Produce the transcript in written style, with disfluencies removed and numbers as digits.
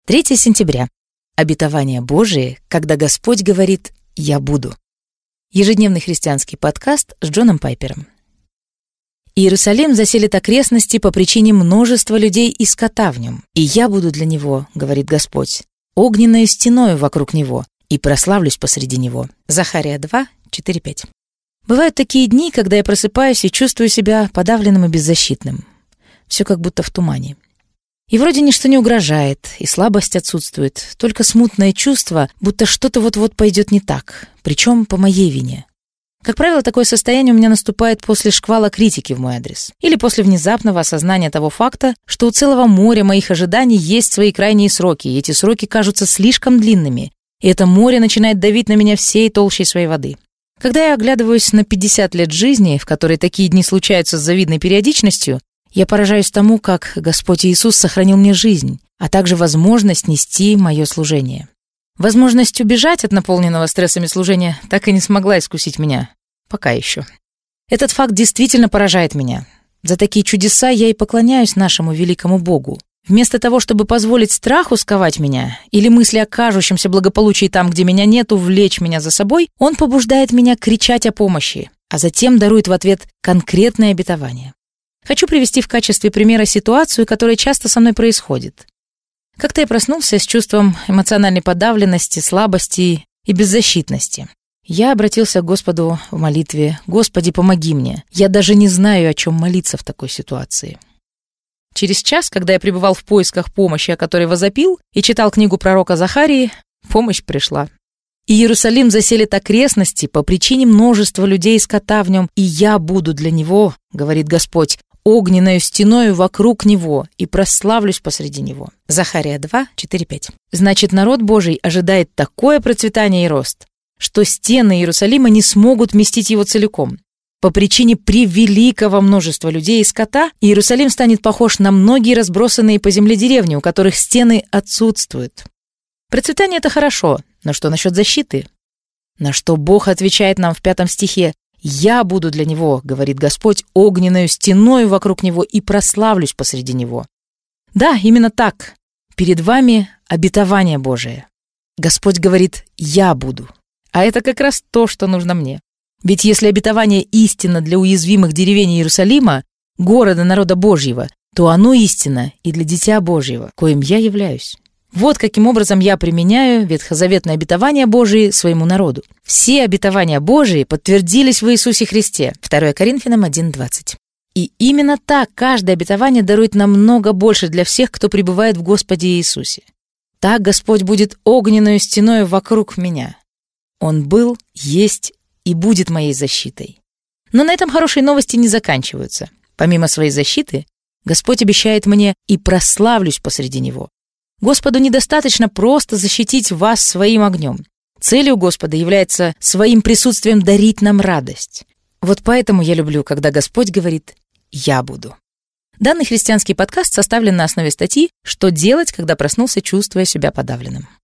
3 сентября. Обетование Божие, когда Господь говорит «Я буду». Ежедневный христианский подкаст с Джоном Пайпером. Иерусалим заселит окрестности по причине множества людей и скота в нем. «И я буду для него, — говорит Господь, — огненною стеною вокруг него, и прославлюсь посреди него». Захария 2, 4-5. Бывают такие дни, когда я просыпаюсь и чувствую себя подавленным и беззащитным. Все как будто в тумане. И вроде ничто не угрожает, и слабость отсутствует, только смутное чувство, будто что-то вот-вот пойдет не так, причем по моей вине. Как правило, такое состояние у меня наступает после шквала критики в мой адрес или после внезапного осознания того факта, что у целого моря моих ожиданий есть свои крайние сроки, и эти сроки кажутся слишком длинными, и это море начинает давить на меня всей толщей своей воды. Когда я оглядываюсь на 50 лет жизни, в которой такие дни случаются с завидной периодичностью, я поражаюсь тому, как Господь Иисус сохранил мне жизнь, а также возможность нести мое служение. Возможность убежать от наполненного стрессами служения так и не смогла искусить меня. Пока еще. Этот факт действительно поражает меня. За такие чудеса я и поклоняюсь нашему великому Богу. Вместо того, чтобы позволить страху сковать меня или мысли о кажущемся благополучии там, где меня нет, увлечь меня за собой, Он побуждает меня кричать о помощи, а затем дарует в ответ конкретное обетование. Хочу привести в качестве примера ситуацию, которая часто со мной происходит. Как-то я проснулся с чувством эмоциональной подавленности, слабости и беззащитности. Я обратился к Господу в молитве: «Господи, помоги мне. Я даже не знаю, о чем молиться в такой ситуации». Через час, когда я пребывал в поисках помощи, о которой возопил, и читал книгу пророка Захарии, помощь пришла. «И Иерусалим заселит окрестности по причине множества людей и скота в нем, и я буду для него, — говорит Господь, — огненною стеною вокруг него, и прославлюсь посреди него». Захария 2, 4-5. Значит, народ Божий ожидает такое процветание и рост, что стены Иерусалима не смогут вместить его целиком. По причине превеликого множества людей и скота Иерусалим станет похож на многие разбросанные по земле деревни, у которых стены отсутствуют. Процветание — это хорошо, но что насчет защиты? На что Бог отвечает нам в 5 стихе: «Я буду для него, — говорит Господь, — огненную стеною вокруг него, и прославлюсь посреди него». Да, именно так. Перед вами обетование Божие. Господь говорит: «Я буду». А это как раз то, что нужно мне. Ведь если обетование истинно для уязвимых деревень Иерусалима, города народа Божьего, то оно истинно и для Дитя Божьего, коим я являюсь. Вот каким образом я применяю ветхозаветное обетование Божие своему народу. Все обетования Божии подтвердились в Иисусе Христе. 2 Коринфянам 1:20. И именно так каждое обетование дарует намного больше для всех, кто пребывает в Господе Иисусе. Так Господь будет огненную стеною вокруг меня. Он был, есть и будет моей защитой. Но на этом хорошие новости не заканчиваются. Помимо своей защиты, Господь обещает мне: «И прославлюсь посреди него». Господу недостаточно просто защитить вас своим огнем. Целью Господа является своим присутствием дарить нам радость. Вот поэтому я люблю, когда Господь говорит: «Я буду». Данный христианский подкаст составлен на основе статьи «Что делать, когда проснулся, чувствуя себя подавленным».